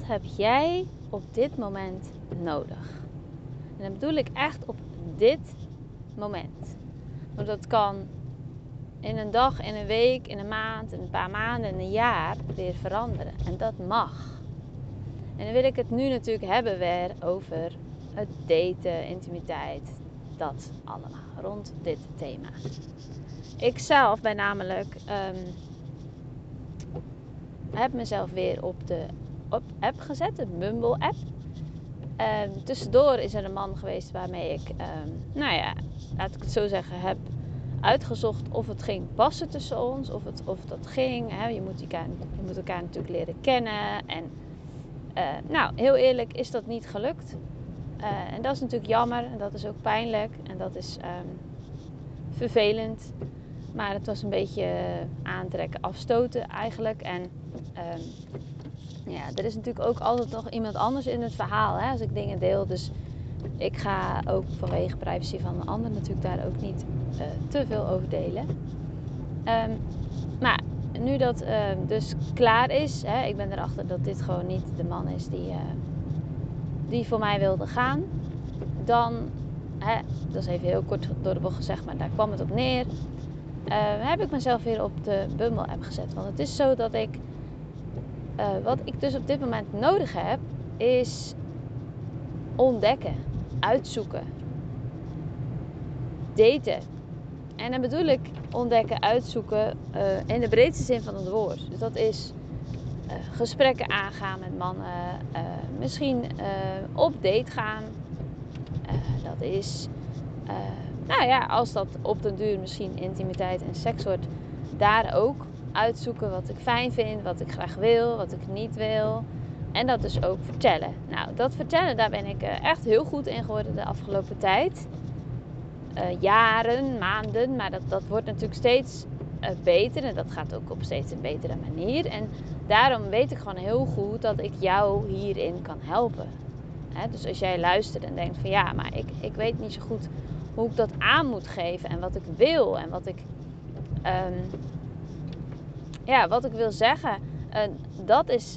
heb jij op dit moment nodig? En dan bedoel ik echt op dit moment. Want dat kan in een dag, in een week, in een maand, in een paar maanden, in een jaar weer veranderen. En dat mag. En dan wil ik het nu natuurlijk hebben weer over het daten, intimiteit, dat allemaal rond dit thema. Ik zelf ben namelijk heb mezelf weer op de app gezet, de Bumble app. Tussendoor is er een man geweest waarmee ik, laat ik het zo zeggen, heb uitgezocht of het ging passen tussen ons, of dat ging. Hè. Je moet elkaar natuurlijk leren kennen. En heel eerlijk is dat niet gelukt. En dat is natuurlijk jammer en dat is ook pijnlijk en dat is vervelend. Maar het was een beetje aantrekken, afstoten eigenlijk. En er is natuurlijk ook altijd nog iemand anders in het verhaal, hè, als ik dingen deel. Dus ik ga ook vanwege privacy van de ander natuurlijk daar ook niet te veel over delen. Maar nu dat dus klaar is, hè, ik ben erachter dat dit gewoon niet de man is die voor mij wilde gaan. Dan, dat is even heel kort door de bocht gezegd, maar daar kwam het op neer. Heb ik mezelf weer op de Bumble app gezet. Want het is zo dat wat ik dus op dit moment nodig heb, is ontdekken, uitzoeken, daten. En dan bedoel ik ontdekken, uitzoeken in de breedste zin van het woord. Dus dat is gesprekken aangaan met mannen, misschien op date gaan. Dat is, als dat op den duur misschien intimiteit en seks wordt, daar ook uitzoeken wat ik fijn vind, wat ik graag wil, wat ik niet wil. En dat dus ook vertellen. Nou, dat vertellen, daar ben ik echt heel goed in geworden de afgelopen tijd. Jaren, maanden, maar dat wordt natuurlijk steeds beter. En dat gaat ook op steeds een betere manier. En daarom weet ik gewoon heel goed dat ik jou hierin kan helpen. Dus als jij luistert en denkt van ja, maar ik weet niet zo goed hoe ik dat aan moet geven. En wat ik wil en wat ik wil zeggen. Dat is,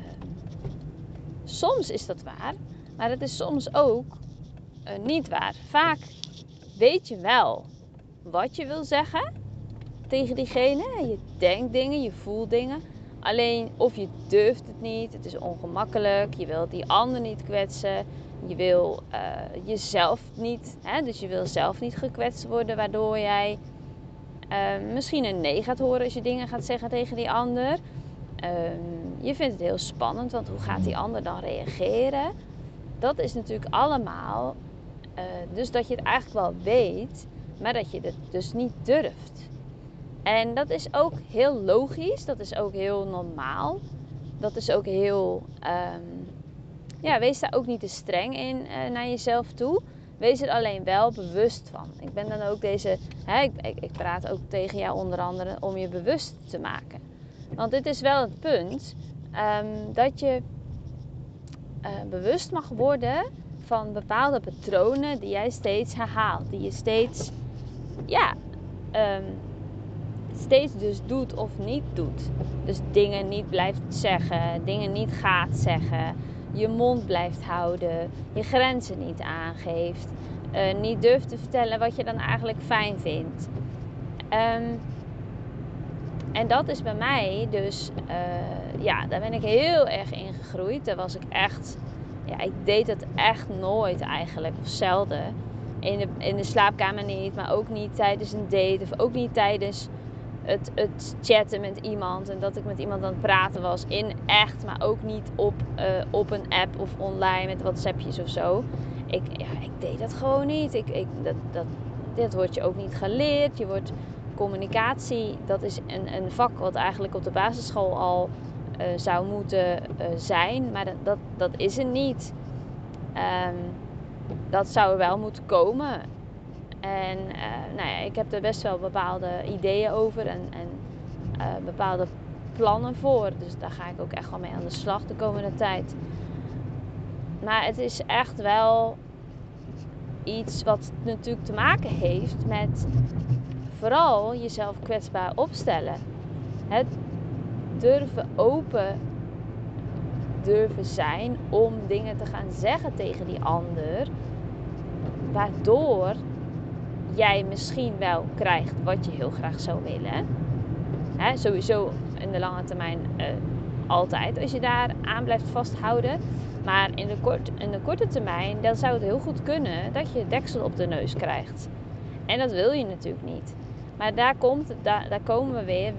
soms is dat waar, maar het is soms ook niet waar. Vaak weet je wel wat je wil zeggen tegen diegene. Je denkt dingen, je voelt dingen. Alleen of je durft het niet, het is ongemakkelijk. Je wil die ander niet kwetsen. Je wil jezelf niet, dus je wil zelf niet gekwetst worden. Waardoor jij misschien een nee gaat horen als je dingen gaat zeggen tegen die ander. Je vindt het heel spannend, want hoe gaat die ander dan reageren? Dat is natuurlijk allemaal dus dat je het eigenlijk wel weet, maar dat je het dus niet durft. En dat is ook heel logisch, dat is ook heel normaal. Dat is ook heel, wees daar ook niet te streng in naar jezelf toe. Wees er alleen wel bewust van. Ik ben dan ook ik praat ook tegen jou onder andere om je bewust te maken. Want dit is wel het punt dat je bewust mag worden van bepaalde patronen die jij steeds herhaalt. Die je steeds dus doet of niet doet. Dus dingen niet blijft zeggen, dingen niet gaat zeggen, je mond blijft houden, je grenzen niet aangeeft, niet durft te vertellen wat je dan eigenlijk fijn vindt. En dat is bij mij dus, daar ben ik heel erg in gegroeid. Daar was ik echt, ik deed het echt nooit eigenlijk, of zelden. In de slaapkamer niet, maar ook niet tijdens een date of ook niet tijdens het chatten met iemand. En dat ik met iemand aan het praten was in echt, maar ook niet op een app of online met WhatsAppjes of zo. Ik deed dat gewoon niet. Dit wordt je ook niet geleerd. Communicatie, dat is een vak wat eigenlijk op de basisschool al zou moeten zijn. Maar dat is er niet. Dat zou er wel moeten komen. En ik heb er best wel bepaalde ideeën over en bepaalde plannen voor. Dus daar ga ik ook echt wel mee aan de slag de komende tijd. Maar het is echt wel iets wat natuurlijk te maken heeft met vooral jezelf kwetsbaar opstellen. Het durven open durven zijn om dingen te gaan zeggen tegen die ander, waardoor jij misschien wel krijgt wat je heel graag zou willen. Sowieso in de lange termijn altijd, als je daar aan blijft vasthouden. Maar in de korte termijn, dan zou het heel goed kunnen dat je deksel op de neus krijgt. En dat wil je natuurlijk niet. Maar daar komen we weer.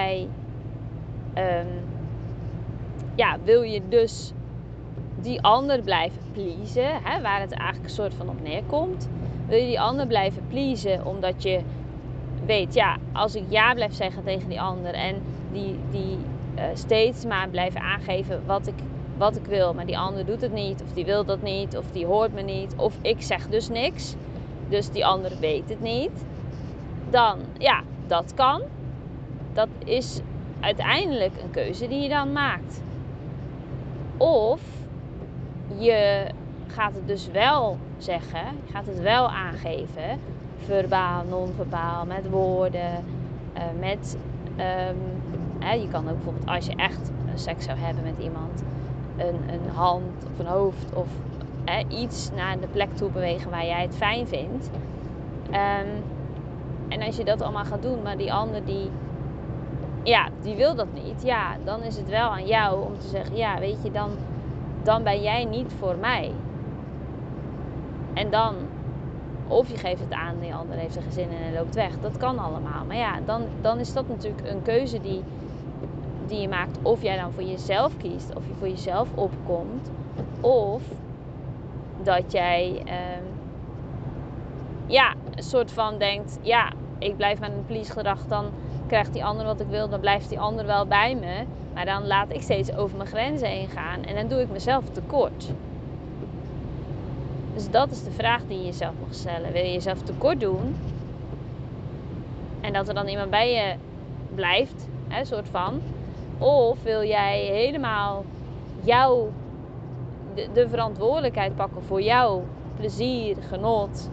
Wil je dus die ander blijven pleasen, waar het eigenlijk een soort van op neerkomt. Wil je die ander blijven pleasen omdat je weet, ja, als ik ja blijf zeggen tegen die ander en die steeds maar blijven aangeven wat ik wil, maar die ander doet het niet, of die wil dat niet, of die hoort me niet, of ik zeg dus niks, dus die ander weet het niet, dan, ja, dat kan. Dat is uiteindelijk een keuze die je dan maakt. Of je gaat het dus wel zeggen, je gaat het wel aangeven, verbaal, non-verbaal, met woorden, je kan ook bijvoorbeeld, als je echt seks zou hebben met iemand, een hand of een hoofd of iets naar de plek toe bewegen waar jij het fijn vindt. En als je dat allemaal gaat doen, maar die ander die wil dat niet, ja, dan is het wel aan jou om te zeggen, ja, weet je, dan ben jij niet voor mij. En dan, of je geeft het aan, die ander heeft er geen zin in en loopt weg. Dat kan allemaal. Maar ja, dan is dat natuurlijk een keuze die je maakt. Of jij dan voor jezelf kiest, of je voor jezelf opkomt. Of dat jij een soort van denkt, ja, ik blijf met een please gedrag, dan krijgt die ander wat ik wil, dan blijft die ander wel bij me. Maar dan laat ik steeds over mijn grenzen heen gaan en dan doe ik mezelf tekort. Dus dat is de vraag die je jezelf mag stellen. Wil je jezelf tekort doen? En dat er dan iemand bij je blijft, soort van. Of wil jij helemaal de verantwoordelijkheid pakken voor jouw plezier, genot.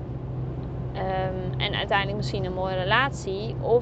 En uiteindelijk misschien een mooie relatie. Of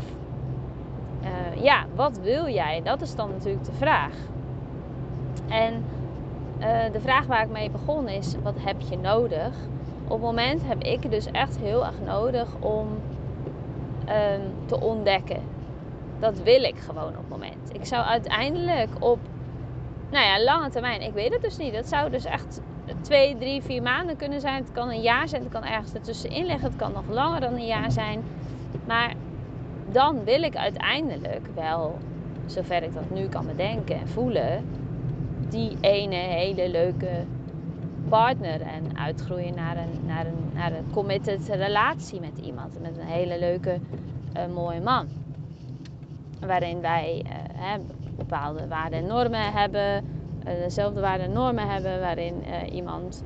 wat wil jij? Dat is dan natuurlijk de vraag. En de vraag waar ik mee begon is, wat heb je nodig? Op het moment heb ik dus echt heel erg nodig om te ontdekken. Dat wil ik gewoon op het moment. Ik zou uiteindelijk op lange termijn, ik weet het dus niet. Dat zou dus echt 2, 3, 4 maanden kunnen zijn. Het kan een jaar zijn, het kan ergens ertussenin liggen. Het kan nog langer dan een jaar zijn. Maar dan wil ik uiteindelijk wel, zover ik dat nu kan bedenken en voelen, die ene hele leuke partner en uitgroeien naar een committed relatie met iemand. Met een hele leuke, mooie man. Waarin wij bepaalde waarden en normen hebben. Dezelfde waarden en normen hebben. Waarin iemand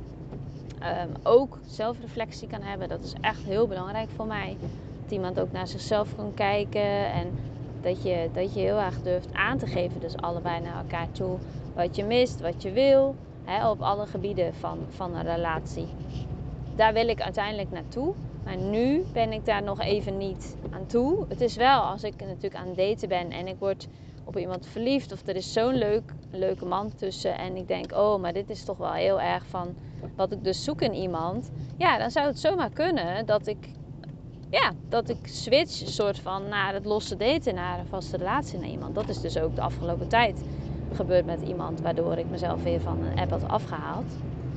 ook zelfreflectie kan hebben. Dat is echt heel belangrijk voor mij. Dat iemand ook naar zichzelf kan kijken. En dat je heel erg durft aan te geven. Dus allebei naar elkaar toe. Wat je mist, wat je wil. Op alle gebieden van een relatie. Daar wil ik uiteindelijk naartoe. Maar nu ben ik daar nog even niet aan toe. Het is wel als ik natuurlijk aan het daten ben en ik word op iemand verliefd. Of er is zo'n leuke man tussen. En ik denk, oh, maar dit is toch wel heel erg van wat ik dus zoek in iemand. Ja, dan zou het zomaar kunnen dat ik switch soort van naar het losse daten. Naar een vaste relatie naar iemand. Dat is dus ook de afgelopen tijd gebeurd met iemand. Waardoor ik mezelf weer van een app had afgehaald.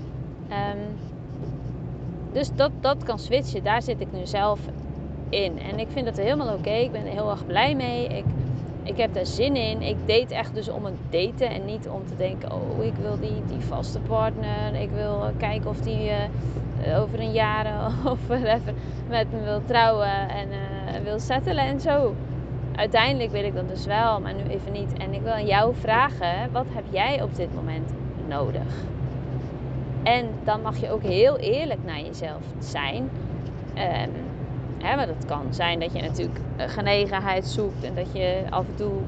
Dus dat kan switchen. Daar zit ik nu zelf in. En ik vind het helemaal oké. Ik ben er heel erg blij mee. Ik heb daar zin in. Ik date echt dus om het daten. En niet om te denken, oh, ik wil die vaste partner. Ik wil kijken of die over een jaar of whatever met me wil trouwen. En wil settelen en zo. Uiteindelijk wil ik dat dus wel, maar nu even niet. En ik wil aan jou vragen, wat heb jij op dit moment nodig? En dan mag je ook heel eerlijk naar jezelf zijn. Want het kan zijn dat je natuurlijk genegenheid zoekt. En dat je af en toe,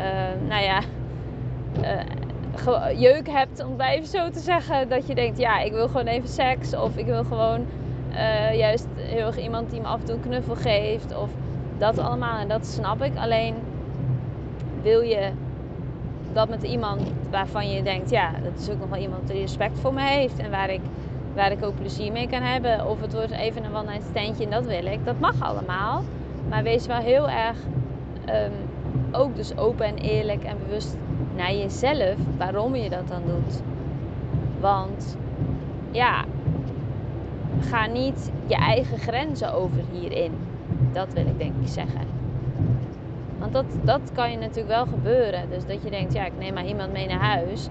jeuk hebt, om het maar even zo te zeggen. Dat je denkt, ja, ik wil gewoon even seks. Of ik wil gewoon juist heel erg iemand die me af en toe een knuffel geeft. Of dat allemaal. En dat snap ik. Alleen wil je dat met iemand waarvan je denkt, ja, dat is ook nog wel iemand die respect voor me heeft en waar ik ook plezier mee kan hebben. Of het wordt even een one-night standje en dat wil ik. Dat mag allemaal. Maar wees wel heel erg ook dus open en eerlijk en bewust naar jezelf waarom je dat dan doet. Want ja, ga niet je eigen grenzen over hierin. Dat wil ik denk ik zeggen. Want dat kan je natuurlijk wel gebeuren. Dus dat je denkt, ja, ik neem maar iemand mee naar huis.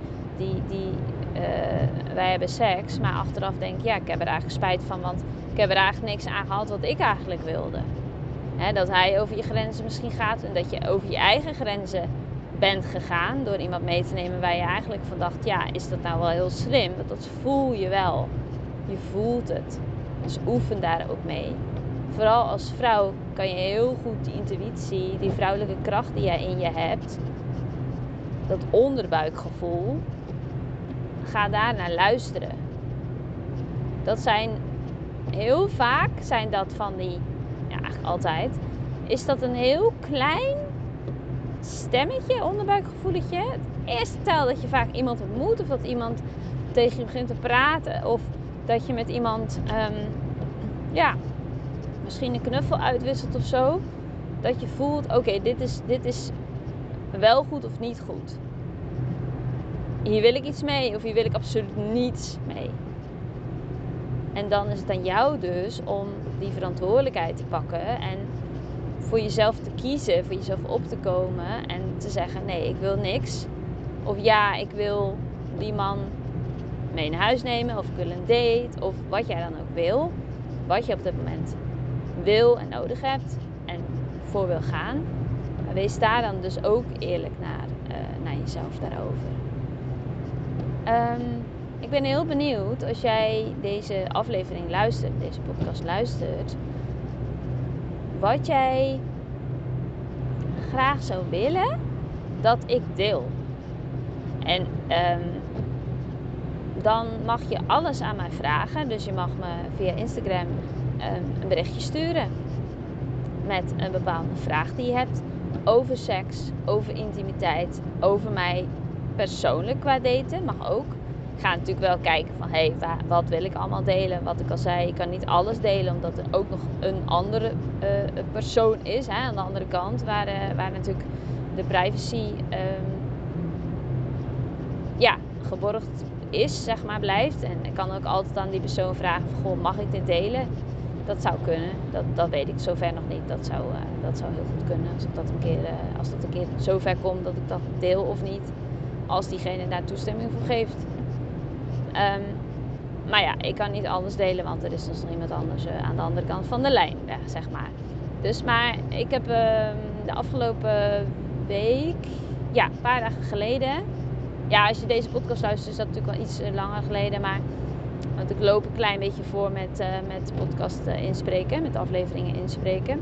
Wij hebben seks. Maar achteraf denk ik, ja, ik heb er eigenlijk spijt van. Want ik heb er eigenlijk niks aan gehad wat ik eigenlijk wilde. Dat hij over je grenzen misschien gaat. En dat je over je eigen grenzen bent gegaan. Door iemand mee te nemen waar je eigenlijk van dacht, ja, is dat nou wel heel slim? Want dat voel je wel. Je voelt het. Dus oefen daar ook mee. Vooral als vrouw kan je heel goed die intuïtie, die vrouwelijke kracht die jij in je hebt, dat onderbuikgevoel, ga daar naar luisteren. Dat zijn heel vaak, zijn dat van die, ja eigenlijk altijd, is dat een heel klein stemmetje, onderbuikgevoeletje. Het eerste tel dat je vaak iemand ontmoet of dat iemand tegen je begint te praten of dat je met iemand, misschien een knuffel uitwisselt of zo. Dat je voelt, oké, dit is wel goed of niet goed. Hier wil ik iets mee of hier wil ik absoluut niets mee. En dan is het aan jou dus om die verantwoordelijkheid te pakken en voor jezelf te kiezen, voor jezelf op te komen en te zeggen, nee, ik wil niks. Of ja, ik wil die man mee naar huis nemen of ik wil een date of wat jij dan ook wil. Wat je op dit moment wil en nodig hebt en voor wil gaan. Maar wees daar dan dus ook eerlijk naar jezelf daarover. Ik ben heel benieuwd als jij deze aflevering luistert, deze podcast luistert, wat jij graag zou willen dat ik deel. En dan mag je alles aan mij vragen. Dus je mag me via Instagram een berichtje sturen met een bepaalde vraag die je hebt over seks, over intimiteit, over mij persoonlijk qua daten. Mag ook. Ik ga natuurlijk wel kijken van, wat wil ik allemaal delen? Wat ik al zei, ik kan niet alles delen, omdat er ook nog een andere persoon is, aan de andere kant, waar natuurlijk de privacy geborgd is, zeg maar, blijft. En ik kan ook altijd aan die persoon vragen van, goh, mag ik dit delen? Dat zou kunnen. Dat weet ik zover nog niet. Dat zou heel goed kunnen. Als dat een keer zover komt dat ik dat deel of niet. Als diegene daar toestemming voor geeft. Maar ja, ik kan niet alles delen. Want er is dus nog iemand anders aan de andere kant van de lijn. Zeg maar. Dus, maar ik heb de afgelopen week, een paar dagen geleden. Ja, als je deze podcast luistert is dat natuurlijk wel iets langer geleden. Maar want ik loop een klein beetje voor met podcast inspreken. Met afleveringen inspreken.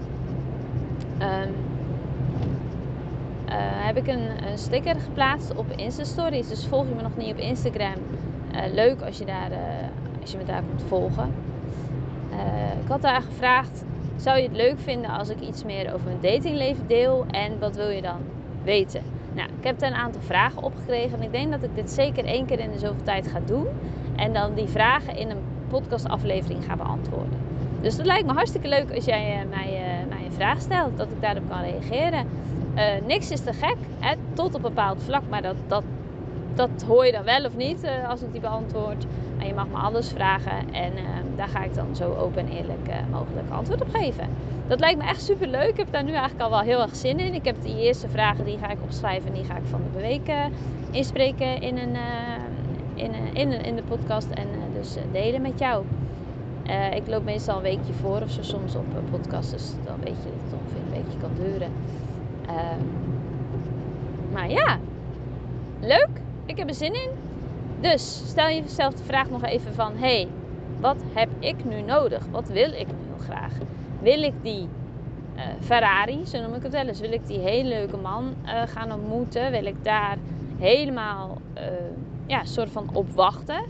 Heb ik een sticker geplaatst op Insta Stories. Dus volg je me nog niet op Instagram. Leuk als je me daar komt volgen. Ik had daar gevraagd. Zou je het leuk vinden als ik iets meer over mijn datingleven deel? En wat wil je dan weten? Nou, ik heb daar een aantal vragen opgekregen. En ik denk dat ik dit zeker 1 keer in de zoveel tijd ga doen. En dan die vragen in een podcastaflevering ga beantwoorden. Dus dat lijkt me hartstikke leuk als jij mij een vraag stelt. Dat ik daarop kan reageren. Niks is te gek. Tot op een bepaald vlak. Maar dat hoor je dan wel of niet als ik die beantwoord. Maar je mag me alles vragen. En daar ga ik dan zo open en eerlijk mogelijk antwoord op geven. Dat lijkt me echt super leuk. Ik heb daar nu eigenlijk al wel heel erg zin in. Ik heb die eerste vragen, die ga ik opschrijven. En die ga ik van de week inspreken in de podcast. En dus delen met jou. Ik loop meestal een weekje voor of zo soms op een podcast. Dus dan weet je dat het ongeveer een weekje kan duren. Maar ja, leuk. Ik heb er zin in. Dus stel jezelf de vraag nog even van, wat heb ik nu nodig? Wat wil ik nu graag? Wil ik die Ferrari, zo noem ik het wel eens, wil ik die hele leuke man gaan ontmoeten? Wil ik daar helemaal soort van op wachten?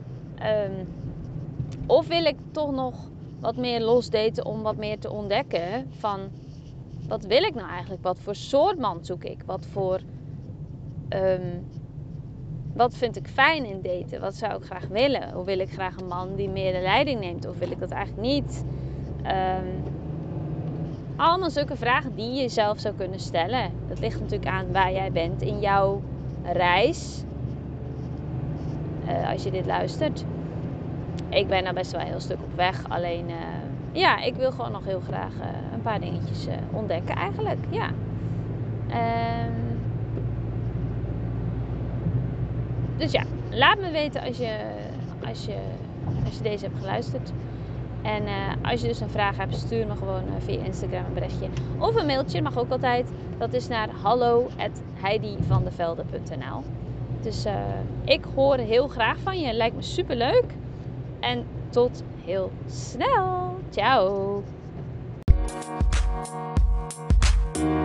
Of wil ik toch nog wat meer losdaten om wat meer te ontdekken van, wat wil ik nou eigenlijk? Wat voor soort man zoek ik? Wat voor Wat vind ik fijn in daten? Wat zou ik graag willen? Of wil ik graag een man die meer de leiding neemt? Of wil ik dat eigenlijk niet? Allemaal zulke vragen die je jezelf zou kunnen stellen. Dat ligt natuurlijk aan waar jij bent in jouw reis. Als je dit luistert. Ik ben nou best wel een heel stuk op weg. Alleen, ik wil gewoon nog heel graag een paar dingetjes ontdekken eigenlijk. Ja. Dus ja, laat me weten als je deze hebt geluisterd. En als je dus een vraag hebt, stuur me gewoon via Instagram een berichtje. Of een mailtje, mag ook altijd. Dat is naar hallo@heidivandevelde.nl. Dus ik hoor heel graag van je. Lijkt me super leuk. En tot heel snel. Ciao.